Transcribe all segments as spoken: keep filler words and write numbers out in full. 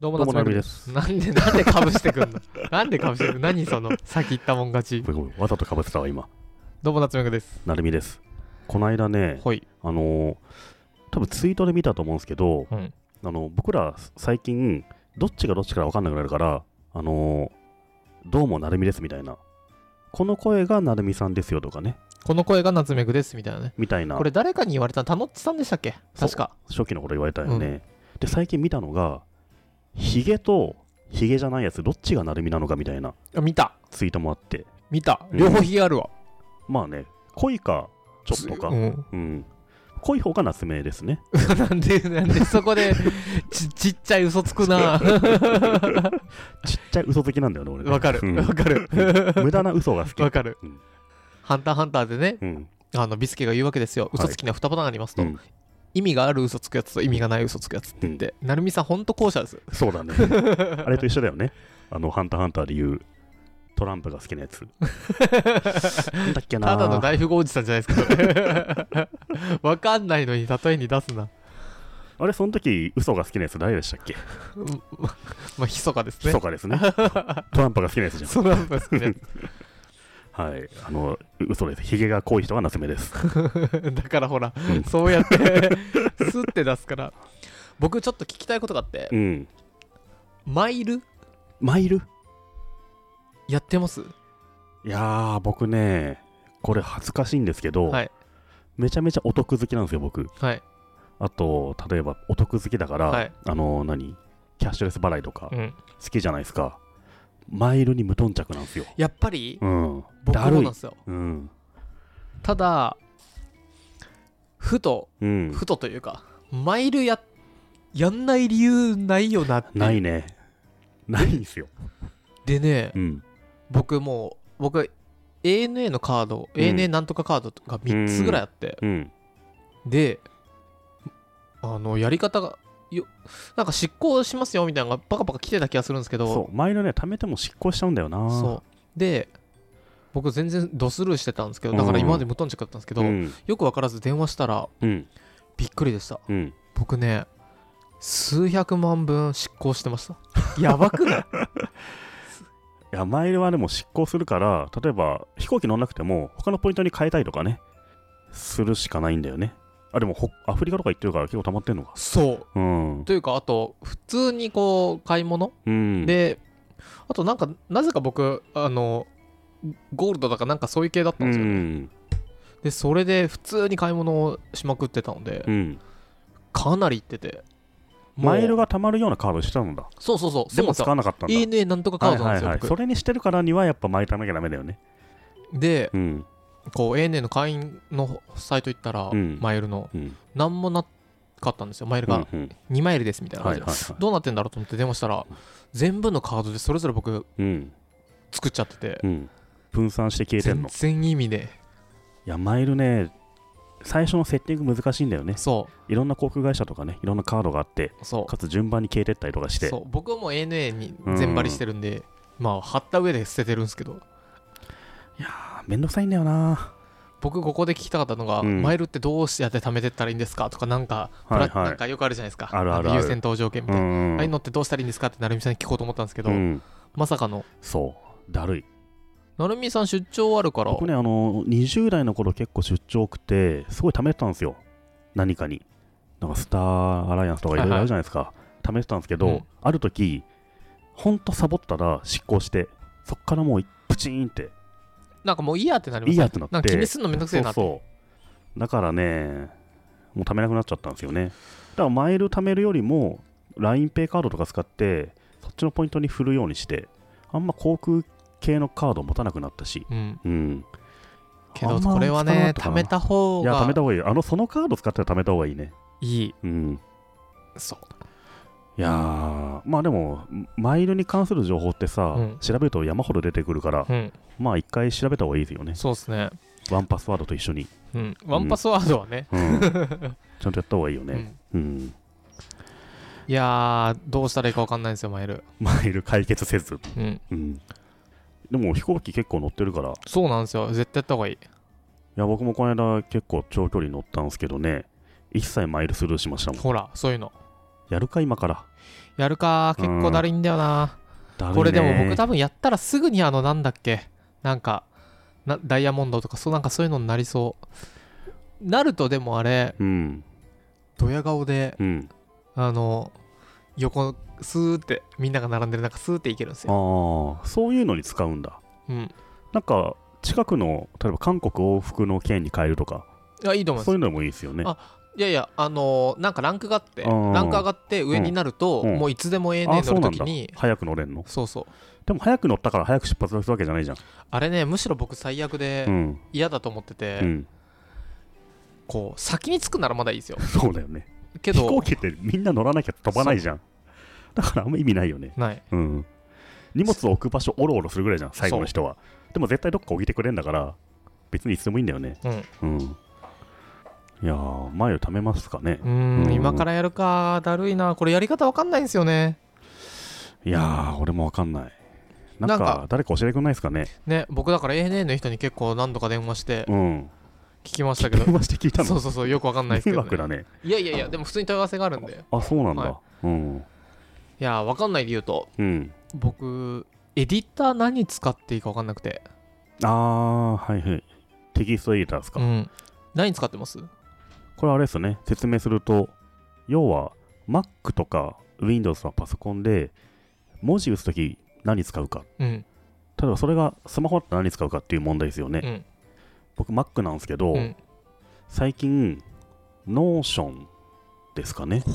どうもどうも夏目でなるみです。 なんでなんでかぶしてくんのなんでかぶしてくんの何その先言ったもん勝ち。 ごめんごめんわざとかぶってたわ今。 どうも夏目です。 なるみです。この間ね、 ほい。 あのー、多分ツイートで見たと思うんですけど、 うん。 あの僕ら最近どっちがどっちか分かんなくなるから、あのー、どうもなるみですみたいな、この声がなるみさんですよとかね、 この声が夏目ですみたいなね。 みたいな。 これ誰かに言われたの、たのっちさんでしたっけ？確か。 初期の頃言われたよね。うん、で最近見たのがヒゲとヒゲじゃないやつどっちがなるみなのかみたいな見たツイートもあって、 見た両方ヒゲあるわ、 うん、まあね、濃いかちょっとか、うん、うん、濃い方が夏目ですね。 なんでなんでそこでち, ちっちゃい嘘つくなちっちゃい嘘好きなんだよね俺ね。 わかるわ、うん、かる無駄な嘘が好き。 わかる、 うん、 ハンターハンターでね、うん、あのビスケが言うわけですよ。嘘つきにはにパターンありますと、はい、うん、意味がある嘘つくやつと意味がない嘘つくやつって言って、うん、なるみさんほんと後者です。 そうだねあれと一緒だよね。あのハンターハンターで言うトランプが好きなやつなんだっけな。 ただの大富豪おじさんじゃないですかわかんないのに例えに出すな。あれその時嘘が好きなやつ誰でしたっけ？ まあひそかですね。 ひそかですねトランプが好きなやつじゃん。 トランプが好きなやつはい、あの嘘です。ヒゲが濃い人が夏目ですだからほら、うん、そうやってスッて出すから。僕ちょっと聞きたいことがあって、うん、マイルマイルやってます？ いやー僕ね、これ恥ずかしいんですけど、はい、めちゃめちゃお得好きなんですよ僕、はい、あと例えばお得好きだから、はい、あの何キャッシュレス払いとか好きじゃないですか、うん、マイルに無頓着なんですよやっぱり、 うん、 僕もなんですよ、 うん、 ただふと、うん、ふとというかマイル や, やんない理由ないよなって。 ないね、ないんすよ。 でね、うん、僕もう僕 エーエヌエー のカード、うん、エーエヌエー なんとかカードがみっつぐらいあって、うん、であのやり方がよなんか執行しますよみたいなのがパカパカ来てた気がするんですけど、 そうマイルね貯めても執行しちゃうんだよな。 そうで僕全然ドスルーしてたんですけど、だから今まで無頓着だったんですけど、うん、よく分からず電話したら、うん、びっくりでした、うん、僕ね数百万分執行してましたやばくない？ いやマイルはでも執行するから、例えば飛行機乗んなくても他のポイントに変えたりとかねするしかないんだよね。あでもアフリカとか行ってるから結構溜まってんのか。 そう、うん、というかあと普通にこう買い物、うん、であとなんかなぜか僕あのゴールドだかなんかそういう系だったんですよね、うん、でそれで普通に買い物をしまくってたので、うん、かなり行っててマイルが貯まるようなカードしてたんだ。 そうそうそう。 でも使わなかったんだ。 エーエヌエー なんとかカードなんですよ、 はいはいはい、それにしてるからにはやっぱマイル貯めなきゃダメだよね。 で、うん、こう エーエヌエー の会員のサイト行ったら、うん、マイルの、うん、何もなかったんですよ。マイルがにマイルですみたいな感じで、はいはいはい、どうなってんだろうと思って電話したら、全部のカードでそれぞれ僕、うん、作っちゃってて、うん、 分散して消えてんの。 全然意味で、 いやマイルね最初のセッティング難しいんだよね。そういろんな航空会社とかね、いろんなカードがあって、そうかつ順番に消えてったりとかして、 そう僕はもう エーエヌエー に全張りしてるんで、うん、まあ貼った上で捨ててるんですけど、 いやーめんどくさいんだよな。 僕ここで聞きたかったのが、うん、マイルってどうやって貯めてったらいいんですかとか、なんか、はいはい、なんかよくあるじゃないですか、 あるあるある、 優先搭乗券みたいな、うん、ああいうのってどうしたらいいんですかって成美さんに聞こうと思ったんですけど、うん、まさかのそうだるい。 成美さん出張あるから。 僕ねあのにじゅう代の頃結構出張多くてすごい貯めてたんですよ。何かになんかスターアライアンスとかいろいろあるじゃないですか、はいはい、貯めてたんですけど、うん、ある時ほんとサボったら執行して、そっからもうプチーンってなんかもういいやってなりますね。 いいやってなって、 なんか気にすんのめんどくせえなって。そうそうだからねもう貯めなくなっちゃったんですよね。だからマイル貯めるよりも ラインペイ カードとか使ってそっちのポイントに振るようにして、あんま航空系のカード持たなくなったし、うんうん、 けどこれはね貯めた方が、 いや貯めた方がいい。あのそのカード使って貯めた方がいいね。 いい、 うん、 そういやーまあでもマイルに関する情報ってさ、うん、調べると山ほど出てくるから、うん、まあ一回調べた方がいいですよね。 そうですね。 ワンパスワードと一緒に、 うん、ワンパスワードはね、うん、 ちゃんとやった方がいいよね、うんうん、 いやーどうしたらいいか分かんないんですよマイル。 マイル解決せず、うんうん、でも飛行機結構乗ってるから。 そうなんですよ、絶対やった方がいい。いや僕もこの間結構長距離乗ったんですけどね、一切マイルスルーしましたもん。 ほらそういうのやるか今から。 やるか結構だるいんだよな、うん、これでも僕多分やったらすぐにあのなんだっけなんかなダイヤモンドとかそうなんかそういうのになりそうなるとでもあれ、うん、ドヤ顔で、うん、あの横スーってみんなが並んでる中スーっていけるんですよ。 ああそういうのに使うんだ。うんなんか近くの例えば韓国往復の券に変えるとかいやいいと思います。 そういうのもいいですよね。 あいやいやあのー、なんかランクがあってランク上がって上になると、うん、もういつでも エーエヌエー 乗るときに早く乗れんの。 そうそうでも早く乗ったから早く出発するわけじゃないじゃん。 あれねむしろ僕最悪で嫌だと思ってて、うん、こう先に着くならまだいいですよ。 そうだよねけど飛行機ってみんな乗らなきゃ飛ばないじゃん。だからあんま意味ないよね。 ない、 うん、荷物を置く場所オロオロするぐらいじゃん最後の人は。でも絶対どっか置いてくれんだから別にいつでもいいんだよね。うん、うん、いやー前を貯めますかね。 うん、うん、今からやるかだるいな。これやり方わかんないんですよね。 いやー俺もわかんない。なんか誰か教えてくれないですかね。 ね僕だから エーエヌエー の人に結構何度か電話して聞きましたけど、うん、 電話して聞いたの。 そうそうそうよくわかんないですけど、ね、 迷惑だね。 いやいやいやでも普通に問い合わせがあるんで。 あそうなんだ、はい、うん、 いやわかんないで言うと、 うん、 僕エディター何使っていいかわかんなくて。 ああはいはいテキストエディターですか、うん、 何使ってます？ これあれですね説明すると要は Mac とか Windows のパソコンで文字打つとき何使うか、うん、例えばそれがスマホだったら何使うかっていう問題ですよね、うん、僕 Mac なんですけど、うん、最近 Notion ですかね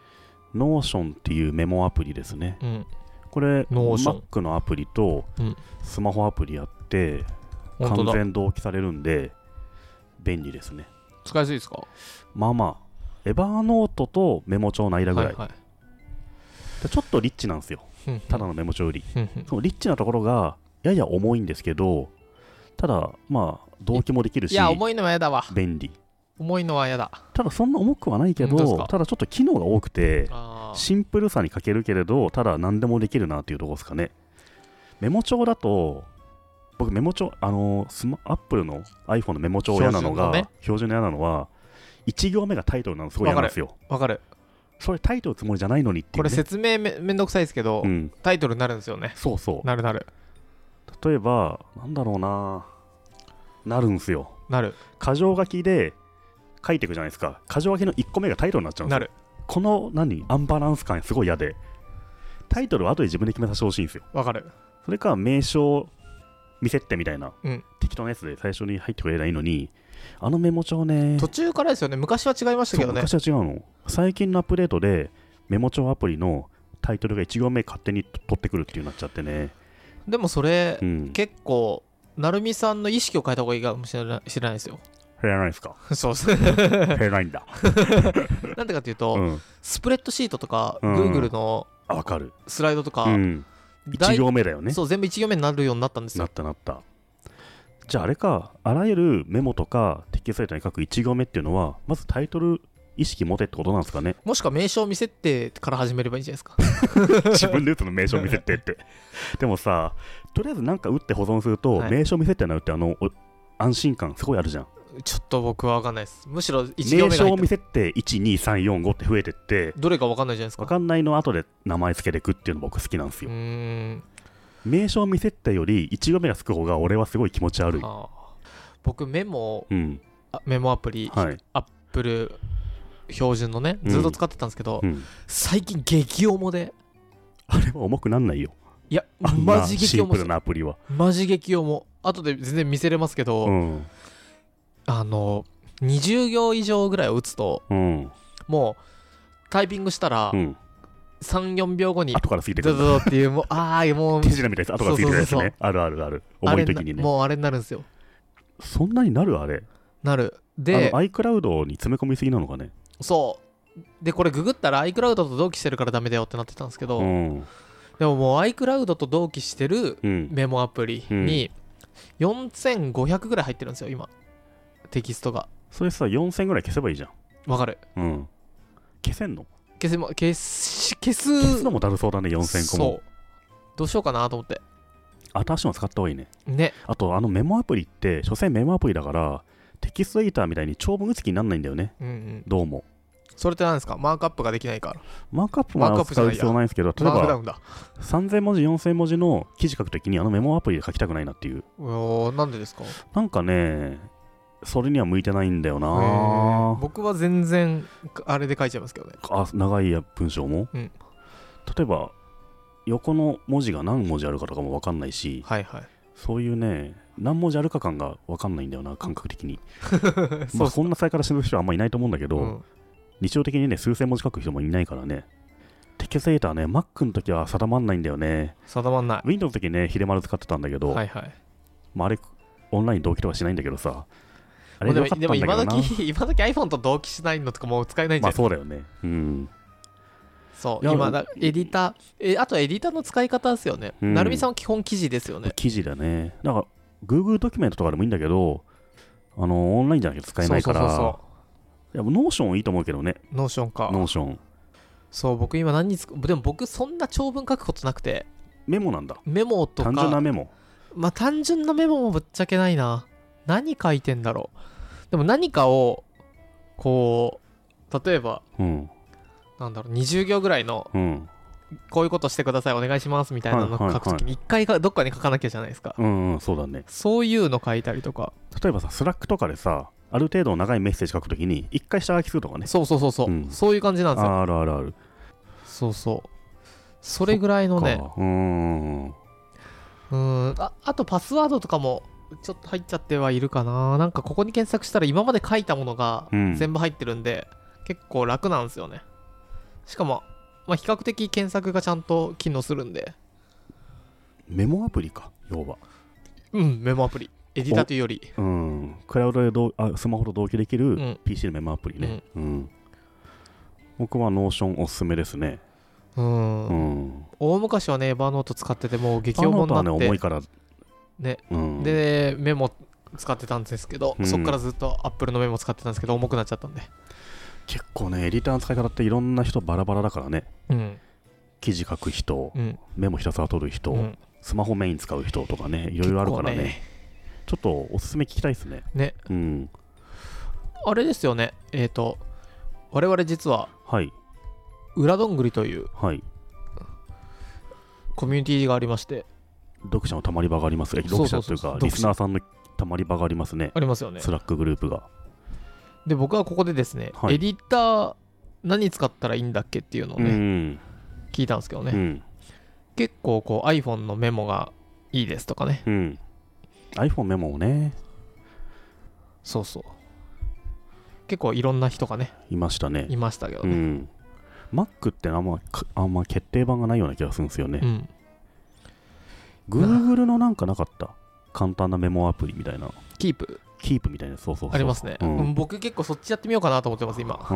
Notion っていうメモアプリですね、うん、これ Mac のアプリとスマホアプリやって完全同期されるんで便利ですね。 使いやすいですか？ まあまあエヴァーノートとメモ帳の間ぐらい、はいはい、でちょっとリッチなんですよただのメモ帳よりそのリッチなところがやや重いんですけどただまあ同期もできるしいや重いのはやだわ便利重いのはやだ。 ただそんな重くはないけどただちょっと機能が多くてシンプルさに欠けるけれどただ何でもできるなっていうところですかね。メモ帳だと僕メモ帳あのスマアップルの iPhone のメモ帳嫌なのが標準の、ね、標準の嫌なのはいち行目がタイトルなのすごい嫌なんですよ。 わかるそれタイトルつもりじゃないのにっていう、ね、 これ説明 め, めんどくさいですけど、うん、タイトルになるんですよね。 そうそうなるなる。 例えばなんだろうななるんですよ。 なる箇条書きで書いていくじゃないですか。箇条書きのいっこめがタイトルになっちゃうんですよ。 なるこの何アンバランス感すごい嫌でタイトルは後で自分で決めさせてほしいんですよ。 わかる。 それか名称見せってみたいな、うん、適当なやつで最初に入ってくれればいいのにあのメモ帳ね途中からですよね。昔は違いましたけどね。 昔は違うの。最近のアップデートでメモ帳アプリのタイトルがいち行目勝手に取ってくるっていうなっちゃってね。 でもそれ、うん、結構成美さんの意識を変えた方がいいかもしれない、知らないですよ。 減らないですか？ そうです減らないんだなんでかっていうと、うん、スプレッドシートとか、うん、Google のスライドとか、うん、 いち行目だよね。 そう全部いち行目になるようになったんですよ。 なったなった。じゃああれかあらゆるメモとかテキストサイトに書くいち行目っていうのはまずタイトル意識持てってことなんですかね。 もしくは名称見せてから始めればいいんじゃないですか自分で打つの名称見せてってでもさとりあえずなんか打って保存すると、はい、名称見せてなるってあの安心感すごいあるじゃん。 ちょっと僕は分かんないです。むしろいち行目が入って名称見せていちにさんよんごって増えてってどれか分かんないじゃないですか。 分かんないの後で名前つけていくっていうの僕好きなんですよ。うーん名称見せたよりいち行目がつく方が俺はすごい気持ち悪い。あ僕メモ、うん、メモアプリ、はい、アップル標準のねずっと使ってたんですけど、うんうん、最近激重であれは重くなんないよ。 いやマジ激重シンプルなアプリはマジ激重。後で全然見せれますけど、うん、あのにじゅう行以上ぐらいを打つと、うん、もうタイピングしたら、うん、さん、よんびょうごに後からついてくるドドドっていうもうああもう手品みたいな後からついてくるやつね。あるあるある重い時にねもうあれになるんですよ。 そんなになるあれなるであの iCloud に詰め込みすぎなのかね。 そうでこれググったら iCloud と同期してるからダメだよってなってたんですけど、うん、でももう iCloud と同期してるメモアプリによんせんごひゃくぐらい入ってるんですよ今テキストが。 それさよんせんぐらい消せばいいじゃん。 わかる、 うん、消せんの？ 消せも消し消す消すのもだるそうだね。よんせんこもそうどうしようかなと思って。 新しいの使った方がいいね。 ね。あとあのメモアプリって所詮メモアプリだからテキストエディターみたいに長文打つ気にならないんだよね、うんうん、どうも。 それって何ですか？マークアップができないから。 マークアップは使う必要ないんですけど、例えばさんぜんもじよんせんもじの記事書くときにあのメモアプリで書きたくないなっていう。 おー、なんでですか？なんかね、それには向いてないんだよな。 僕は全然あれで書いちゃいますけどね。 あ、長い文章も、うん、例えば横の文字が何文字あるかとかも分かんないし、はいはい、そういうね、何文字あるか感が分かんないんだよな、感覚的に。まあこんな際から死ぬ人はあんまいないと思うんだけど、うん、日常的にね、数千文字書く人もいないからね。テキストエディターね、Mac の時は定まんないんだよね。 定まんない。 Windows の時ね、秀丸使ってたんだけど、はいはい、まあ、あれ、オンライン同期とかしないんだけどさ、あれでよかったんだけどな。 でも今時、今時 iPhone と同期しないのとかもう使えないんじゃないですか。 まあそうだよね。うん。 そう、今だ、エディター、え、あとエディターの使い方ですよね。うん、なるみさんは基本記事ですよね。 記事だね。だから、Google ドキュメントとかでもいいんだけど、あの、オンラインじゃなくて使えないから、そうそうそうそう、いや、ノーションいいと思うけどね。 ノーションか。 ノーション。 そう、僕今何につく、でも僕そんな長文書くことなくて。 メモなんだ。 メモとか。 単純なメモ。 まあ単純なメモもぶっちゃけないな。何書いてんだろう。でも何かを、こう、例えば、うん、なんだろう、にじゅう行ぐらいの、うん、こういうことしてください、お願いしますみたいなの書くときに、一回どっかに書かなきゃじゃないですか。 うん、うん、そうだね。 そういうの書いたりとか。 例えばさ、スラックとかでさ、ある程度長いメッセージ書くときに、一回下書きするとかね。 そうそうそうそう、うん、そういう感じなんですよ。 あるあるある。 そうそう。それぐらいのね。うーん。うーん。あ、あとパスワードとかも、ちょっと入っちゃってはいるかな。なんかここに検索したら今まで書いたものが全部入ってるんで、うん、結構楽なんですよね。しかも、まあ、比較的検索がちゃんと機能するんで。 メモアプリか、要は。 うん、メモアプリ。エディターというより。 うん。クラウドでどあスマホと同期できる ピーシー のメモアプリね。うん。うん、僕はノーションおすすめですね。 うん。うん、大昔はね、エヴァーノート使っててもう激重になって。エヴァーノートはね、重いから。ね、うん、でメモ使ってたんですけど、うん、そこからずっとアップルのメモ使ってたんですけど重くなっちゃったんで。 結構ねエディターの使い方っていろんな人バラバラだからね、うん、記事書く人、うん、メモひたすら取る人、うん、スマホメイン使う人とかねいろいろあるからね、ね、ちょっとおすすめ聞きたいですね。ね、うん、 あれですよね、えっ、ー、と我々実は、はい、裏どんぐりという、はい、コミュニティがありまして、 読者のたまり場があります。読者というかリスナーさんのたまり場がありますね。 ありますよね。 スラックグループが。 で僕はここでですね、はい、エディター何使ったらいいんだっけっていうのをね、うん、聞いたんですけどね、うん、結構こう iPhone のメモがいいですとかね、うん、 iPhone メモをね、 そうそう、結構いろんな人がねいましたね。 いましたけどね、うん、 Mac ってあんまあんま決定版がないような気がするんですよね。うん、Google のなんかなかった簡単なメモアプリみたいな。 キープキープみたいな。そうそうそうありますね、うん、僕結構そっちやってみようかなと思ってます今。うん、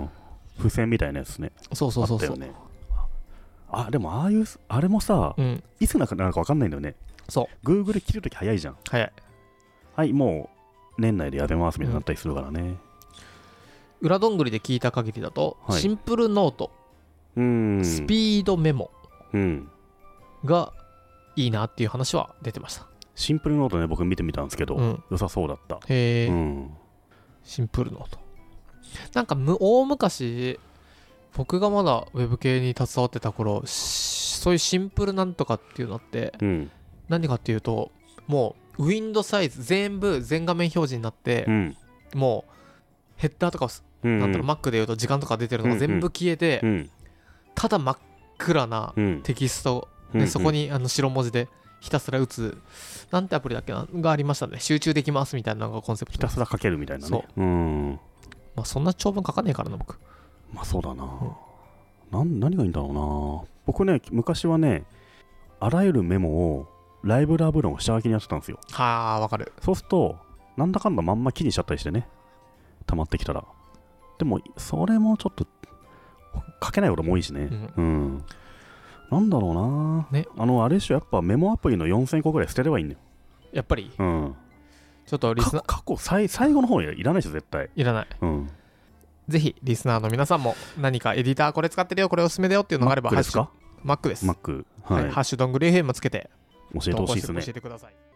付箋みたいなやつね。 そうそうそうそう、 ね、あでもああいうあれもさ、うん、いつなのか分かんないんだよね。そう Google 切るとき早いじゃん。早い。はいもう年内でやめますみたいになったりするからね、うん、 裏どんぐりで聞いた限りだと、はい、シンプルノート、うん、スピードメモがいいなっていう話は出てました。 シンプルノートね僕見てみたんですけど、うん、良さそうだった。へえ、うん、 シンプルノートなんかむ大昔僕がまだウェブ系に携わってた頃そういうシンプルなんとかっていうのって、うん、何かっていうともうウィンドウサイズ全部全画面表示になって、うん、もうヘッダーとか、うんうん、なんだろう Mac でいうと時間とか出てるのが全部消えて、うんうん、ただ真っ暗なテキスト、うん、でそこにあの白文字でひたすら打つなんてアプリだっけながありましたね。集中できますみたいなのがコンセプト。 ひたすら書けるみたいなね。そう、うん、 まあそんな長文書かねえからな僕。 まあそうだな、うん、なん何がいいんだろうな。僕ね昔はねあらゆるメモをライブラブロンを下書きにやってたんですよ。 はあわかる。 そうするとなんだかんだまんま記にしちゃったりしてね溜まってきたら。でもそれもちょっと書けないことも多いしね。うん、うんなんだろうな、ね、あのあれでしょやっぱメモアプリのよんせんこぐらい捨てればいいんだよやっぱり、うん、ちょっとリスナー過去最最後の方いらないでしょ絶対いらない、うん、ぜひリスナーの皆さんも何かエディターこれ使ってるよこれおすすめだよっていうのがあれば Mac ですか？ Mac です Mac、 はいはい、ハッシュドングリーフェムつけて教えてほしいですね。 教えてください。